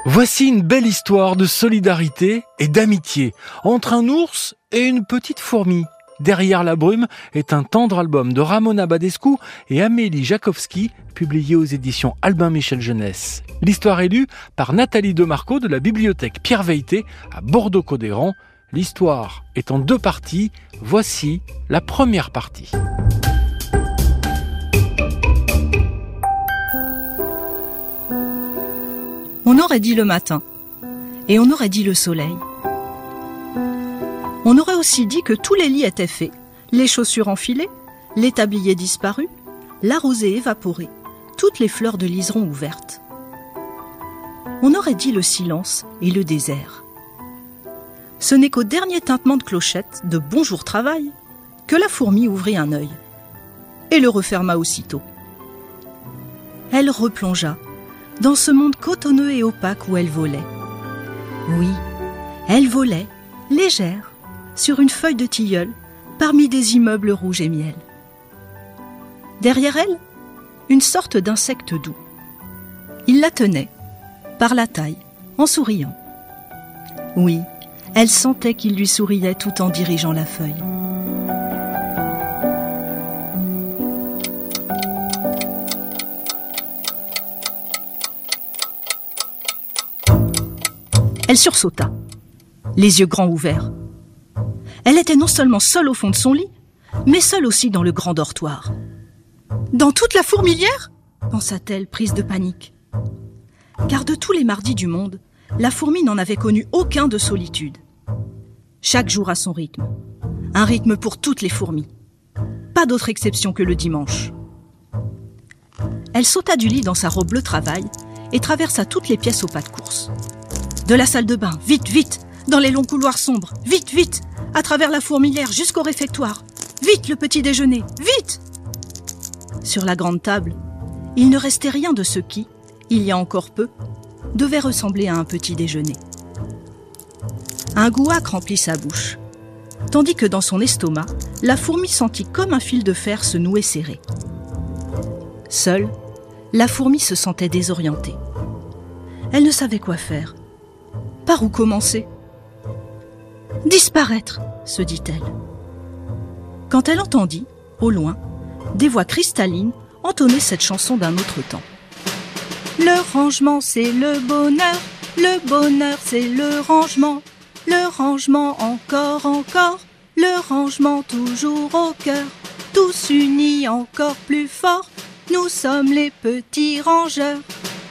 Voici une belle histoire de solidarité et d'amitié entre un ours et une petite fourmi. Derrière la brume est un tendre album de Ramona Badescu et Amélie Jakowski, publié aux éditions Albin Michel Jeunesse. L'histoire est lue par Nathalie Demarco de la bibliothèque Pierre Veilleté à Bordeaux-Codéran. L'histoire est en 2 parties. Voici la première partie. On aurait dit le matin, et on aurait dit le soleil. On aurait aussi dit que tous les lits étaient faits, les chaussures enfilées, les tabliers disparus, la rosée évaporée, toutes les fleurs de liseron ouvertes. On aurait dit le silence et le désert. Ce n'est qu'au dernier tintement de clochette de « Bonjour travail » que la fourmi ouvrit un œil et le referma aussitôt. Elle replongea dans ce monde cotonneux et opaque où elle volait. Oui, elle volait, légère, sur une feuille de tilleul, parmi des immeubles rouges et miel. Derrière elle, une sorte d'insecte doux. Il la tenait, par la taille, en souriant. Oui, elle sentait qu'il lui souriait tout en dirigeant la feuille. Elle sursauta, les yeux grands ouverts. Elle était non seulement seule au fond de son lit, mais seule aussi dans le grand dortoir. « Dans toute la fourmilière ?» pensa-t-elle, prise de panique. Car de tous les mardis du monde, la fourmi n'en avait connu aucun de solitude. Chaque jour à son rythme. Un rythme pour toutes les fourmis. Pas d'autre exception que le dimanche. Elle sauta du lit dans sa robe bleu travail et traversa toutes les pièces au pas de course. De la salle de bain, vite, vite, dans les longs couloirs sombres, vite, vite, à travers la fourmilière jusqu'au réfectoire. Vite, le petit déjeuner, vite! Sur la grande table, il ne restait rien de ce qui, il y a encore peu, devait ressembler à un petit déjeuner. Un goût âcre remplit sa bouche, tandis que dans son estomac, la fourmi sentit comme un fil de fer se nouer serré. Seule, la fourmi se sentait désorientée. Elle ne savait quoi faire. Par où commencer ? Disparaître, se dit-elle. Quand elle entendit, au loin, des voix cristallines entonner cette chanson d'un autre temps. Le rangement, c'est le bonheur c'est le rangement encore, le rangement toujours au cœur, tous unis encore plus fort, nous sommes les petits rangeurs.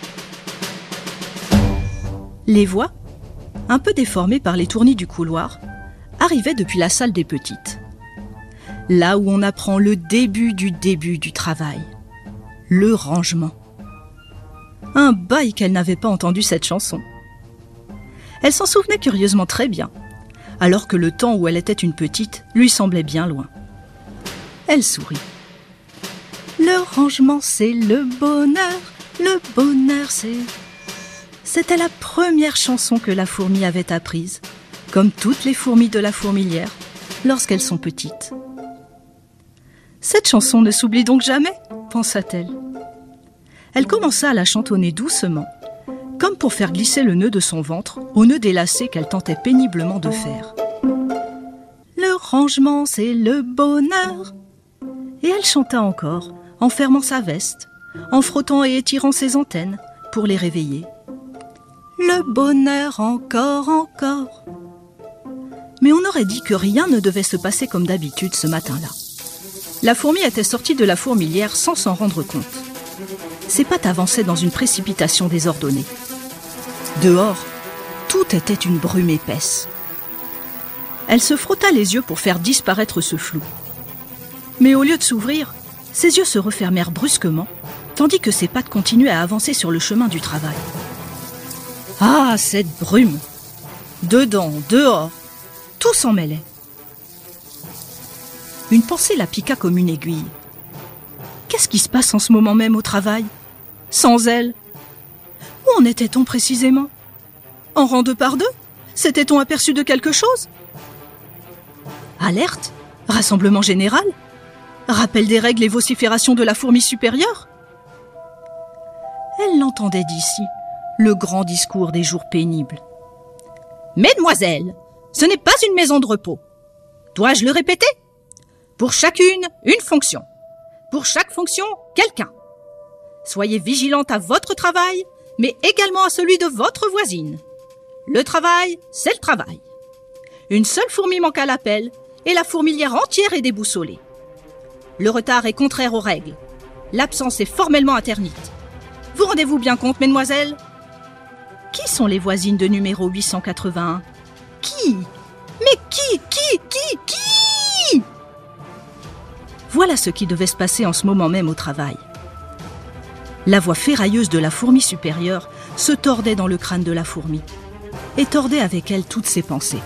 Les voix, un peu déformées par les tournis du couloir, arrivaient depuis la salle des petites. Là où on apprend le début du travail. Le rangement. Un bail qu'elle n'avait pas entendu cette chanson. Elle s'en souvenait curieusement très bien, alors que le temps où elle était une petite lui semblait bien loin. Elle sourit. Le rangement, c'est le bonheur, c'est... C'était la première chanson que la fourmi avait apprise, comme toutes les fourmis de la fourmilière, lorsqu'elles sont petites. Cette chanson ne s'oublie donc jamais, pensa-t-elle. Elle commença à la chantonner doucement, comme pour faire glisser le nœud de son ventre au nœud des lacets qu'elle tentait péniblement de faire. Le rangement, c'est le bonheur. Et elle chanta encore, en fermant sa veste, en frottant et étirant ses antennes pour les réveiller. Le bonheur encore. Mais on aurait dit que rien ne devait se passer comme d'habitude ce matin-là. La fourmi était sortie de la fourmilière sans s'en rendre compte. Ses pattes avançaient dans une précipitation désordonnée. Dehors, tout était une brume épaisse. Elle se frotta les yeux pour faire disparaître ce flou. Mais au lieu de s'ouvrir, ses yeux se refermèrent brusquement, tandis que ses pattes continuaient à avancer sur le chemin du travail. Ah, cette brume! Dedans, dehors, tout s'en mêlait. Une pensée la piqua comme une aiguille. Qu'est-ce qui se passe en ce moment même au travail? Sans elle? Où en était-on précisément? En rang 2 par 2? S'était-on aperçu de quelque chose? Alerte? Rassemblement général? Rappel des règles et vocifération de la fourmi supérieure? Elle l'entendait d'ici, le grand discours des jours pénibles. Mesdemoiselles, ce n'est pas une maison de repos. Dois-je le répéter? Pour chacune, une fonction. Pour chaque fonction, quelqu'un. Soyez vigilantes à votre travail, mais également à celui de votre voisine. Le travail, c'est le travail. Une seule fourmi manque à l'appel et la fourmilière entière est déboussolée. Le retard est contraire aux règles. L'absence est formellement interdite. Vous rendez-vous bien compte, mesdemoiselles? Qui sont les voisines de numéro 881? Qui? Mais qui? Voilà ce qui devait se passer en ce moment même au travail. La voix ferrailleuse de la fourmi supérieure se tordait dans le crâne de la fourmi et tordait avec elle toutes ses pensées.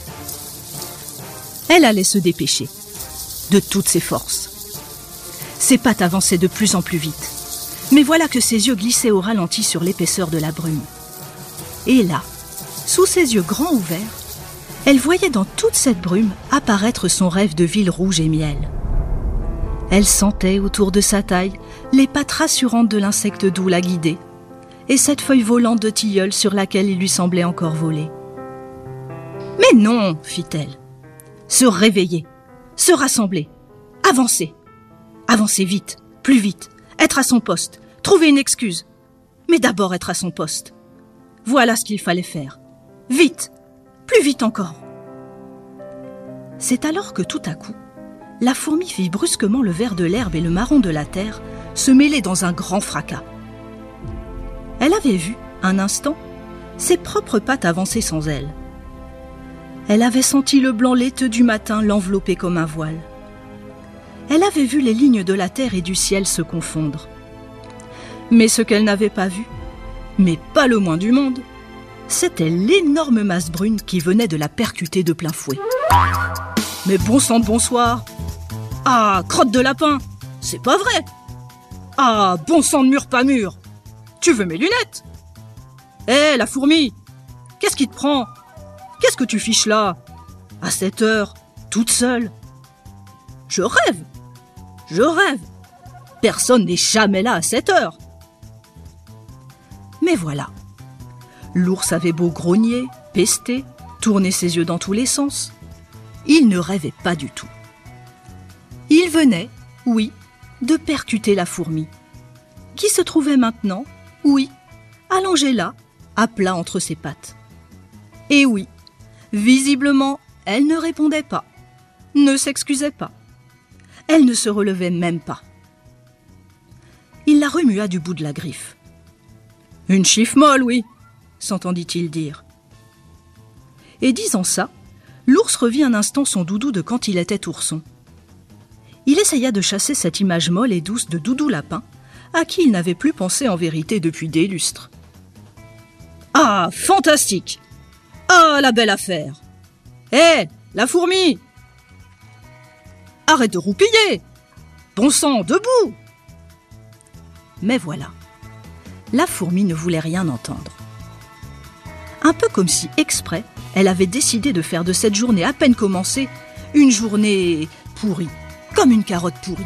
Elle allait se dépêcher, de toutes ses forces. Ses pattes avançaient de plus en plus vite, mais voilà que ses yeux glissaient au ralenti sur l'épaisseur de la brume. Et là, sous ses yeux grands ouverts, elle voyait dans toute cette brume apparaître son rêve de ville rouge et miel. Elle sentait autour de sa taille les pattes rassurantes de l'insecte doux la guider, et cette feuille volante de tilleul sur laquelle il lui semblait encore voler. « Mais non !» fit-elle. « Se réveiller, se rassembler, avancer. Avancer vite, plus vite, être à son poste, trouver une excuse. Mais d'abord être à son poste. Voilà ce qu'il fallait faire. Vite, plus vite encore. » C'est alors que tout à coup, la fourmi vit brusquement le vert de l'herbe et le marron de la terre se mêler dans un grand fracas. Elle avait vu, un instant, ses propres pattes avancer sans elle. Elle avait senti le blanc laiteux du matin l'envelopper comme un voile. Elle avait vu les lignes de la terre et du ciel se confondre. Mais ce qu'elle n'avait pas vu, mais pas le moins du monde, c'était l'énorme masse brune qui venait de la percuter de plein fouet. « Mais bon sang de bonsoir ! Ah, crotte de lapin, c'est pas vrai! Ah, bon sang de mur pas mûr! Tu veux mes lunettes? Hé, la fourmi, qu'est-ce qui te prend? Qu'est-ce que tu fiches là? À cette heure, toute seule? Je rêve! Personne n'est jamais là à cette heure! » Mais voilà, l'ours avait beau grogner, pester, tourner ses yeux dans tous les sens, il ne rêvait pas du tout. Il venait, oui, de percuter la fourmi, qui se trouvait maintenant, oui, allongée là, à plat entre ses pattes. Et oui, visiblement, elle ne répondait pas, ne s'excusait pas. Elle ne se relevait même pas. Il la remua du bout de la griffe. « Une chiffe molle, oui !» s'entendit-il dire. Et disant ça, l'ours revit un instant son doudou de quand il était ourson. Il essaya de chasser cette image molle et douce de Doudou Lapin, à qui il n'avait plus pensé en vérité depuis des lustres. « Ah, fantastique! Ah, la belle affaire! Hé, la fourmi! Arrête de roupiller! Bon sang, debout !» Mais voilà, la fourmi ne voulait rien entendre. Un peu comme si, exprès, elle avait décidé de faire de cette journée à peine commencée une journée pourrie, comme une carotte pourrie.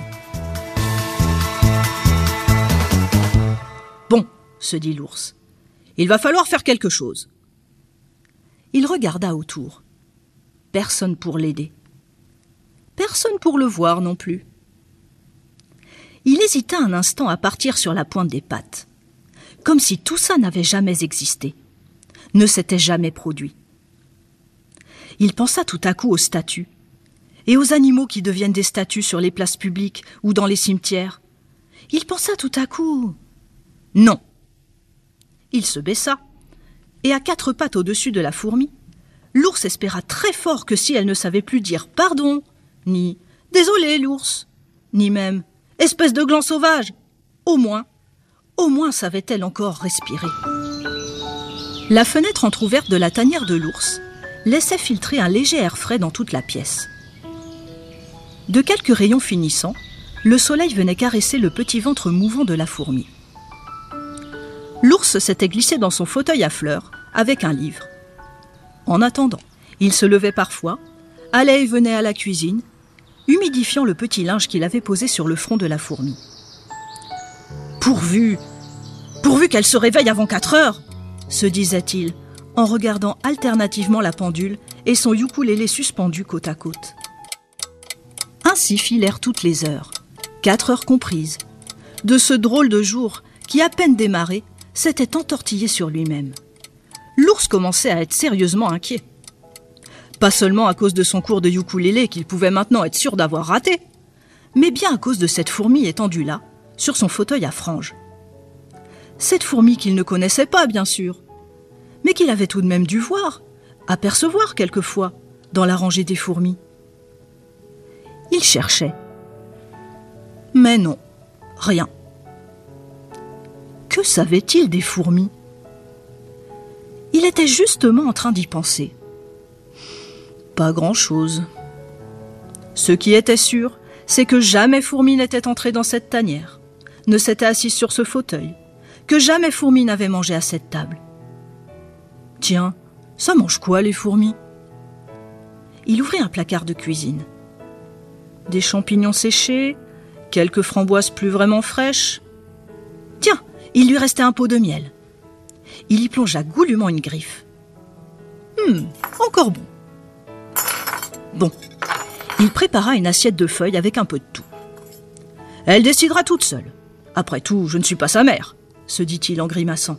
« Bon, » se dit l'ours, « il va falloir faire quelque chose. » Il regarda autour. Personne pour l'aider. Personne pour le voir non plus. Il hésita un instant à partir sur la pointe des pattes, comme si tout ça n'avait jamais existé, ne s'était jamais produit. Il pensa tout à coup aux statues, et aux animaux qui deviennent des statues sur les places publiques ou dans les cimetières. Il pensa tout à coup... Non. Il se baissa, et à quatre pattes au-dessus de la fourmi, l'ours espéra très fort que si elle ne savait plus dire « pardon », ni « désolé l'ours », ni même « espèce de gland sauvage », au moins savait-elle encore respirer. La fenêtre entr'ouverte de la tanière de l'ours laissait filtrer un léger air frais dans toute la pièce. De quelques rayons finissants, le soleil venait caresser le petit ventre mouvant de la fourmi. L'ours s'était glissé dans son fauteuil à fleurs avec un livre. En attendant, il se levait parfois, allait et venait à la cuisine, humidifiant le petit linge qu'il avait posé sur le front de la fourmi. Pourvu qu'elle se réveille avant 4 heures, se disait-il, en regardant alternativement la pendule et son ukulélé suspendu côte à côte. Ainsi filèrent toutes les heures, 4 heures comprises, de ce drôle de jour qui, à peine démarré, s'était entortillé sur lui-même. L'ours commençait à être sérieusement inquiet. Pas seulement à cause de son cours de ukulélé qu'il pouvait maintenant être sûr d'avoir raté, mais bien à cause de cette fourmi étendue là, sur son fauteuil à franges. Cette fourmi qu'il ne connaissait pas, bien sûr, mais qu'il avait tout de même dû voir, apercevoir quelquefois, dans la rangée des fourmis. Il cherchait. Mais non, rien. Que savait-il des fourmis ? Il était justement en train d'y penser. Pas grand-chose. Ce qui était sûr, c'est que jamais fourmi n'était entrée dans cette tanière, ne s'était assise sur ce fauteuil, que jamais fourmi n'avait mangé à cette table. Tiens, ça mange quoi les fourmis ? Il ouvrit un placard de cuisine. Des champignons séchés, quelques framboises plus vraiment fraîches. Tiens, il lui restait un pot de miel. Il y plongea goulûment une griffe. Encore bon. Bon, il prépara une assiette de feuilles avec un peu de tout. Elle décidera toute seule. Après tout, je ne suis pas sa mère, se dit-il en grimaçant.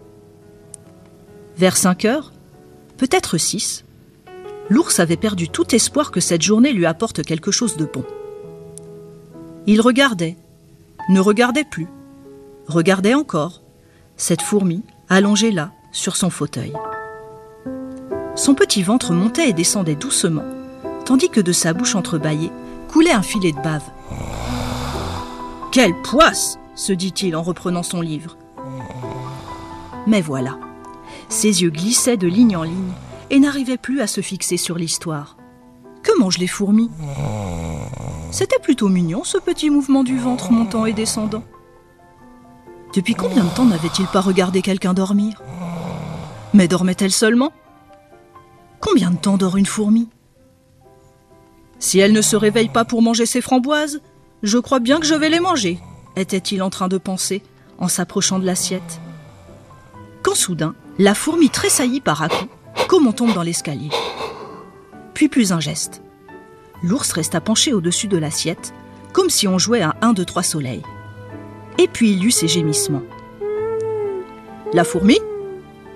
Vers 5 heures, peut-être 6, l'ours avait perdu tout espoir que cette journée lui apporte quelque chose de bon. Il regardait, ne regardait plus, regardait encore, cette fourmi allongée là, sur son fauteuil. Son petit ventre montait et descendait doucement, tandis que de sa bouche entrebâillée coulait un filet de bave. « Quelle poisse !» se dit-il en reprenant son livre. Mais voilà, ses yeux glissaient de ligne en ligne et n'arrivaient plus à se fixer sur l'histoire. Que mangent les fourmis ? C'était plutôt mignon, ce petit mouvement du ventre montant et descendant. Depuis combien de temps n'avait-il pas regardé quelqu'un dormir ? Mais dormait-elle seulement ? Combien de temps dort une fourmi ? Si elle ne se réveille pas pour manger ses framboises, je crois bien que je vais les manger, était-il en train de penser, en s'approchant de l'assiette. Quand soudain, la fourmi tressaillit par à coups, comme on tombe dans l'escalier. Puis plus un geste. L'ours resta penché au-dessus de l'assiette, comme si on jouait à 1, 2, 3 soleils. Et puis il eut ses gémissements. « La fourmi ? M'entends-tu »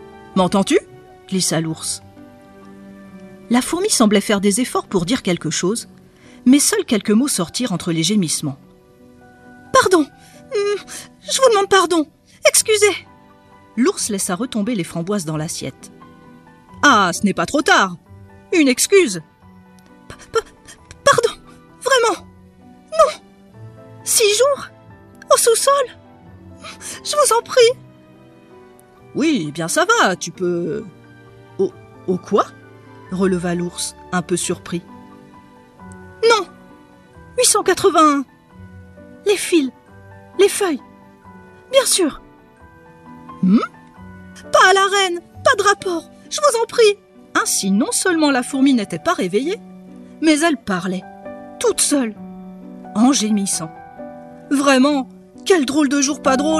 glissa l'ours. La fourmi semblait faire des efforts pour dire quelque chose, mais seuls quelques mots sortirent entre les gémissements. « Pardon, je vous demande pardon, excusez !» L'ours laissa retomber les framboises dans l'assiette. « Ah, ce n'est pas trop tard, une excuse !»« Pardon, vraiment, non, 6 jours, au sous-sol, je vous en prie !»« Oui, bien ça va, tu peux... »« Au quoi ?» releva l'ours, un peu surpris. « Non, 881. Les fils, les feuilles, bien sûr. »« Pas à la reine, pas de rapport, je vous en prie !» Ainsi, non seulement la fourmi n'était pas réveillée, mais elle parlait, toute seule, en gémissant. Vraiment, quel drôle de jour pas drôle !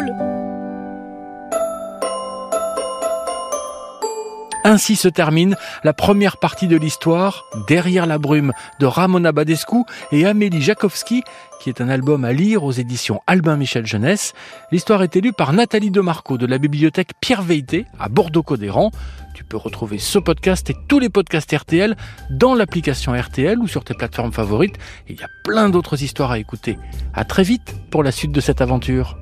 Ainsi se termine la première partie de l'histoire Derrière la brume de Ramona Badescu et Amélie Jakowski, qui est un album à lire aux éditions Albin Michel Jeunesse. L'histoire est lue par Nathalie Demarco de la bibliothèque Pierre Veilleté à Bordeaux-Codéran. Tu peux retrouver ce podcast et tous les podcasts RTL dans l'application RTL ou sur tes plateformes favorites. Et il y a plein d'autres histoires à écouter. À très vite pour la suite de cette aventure.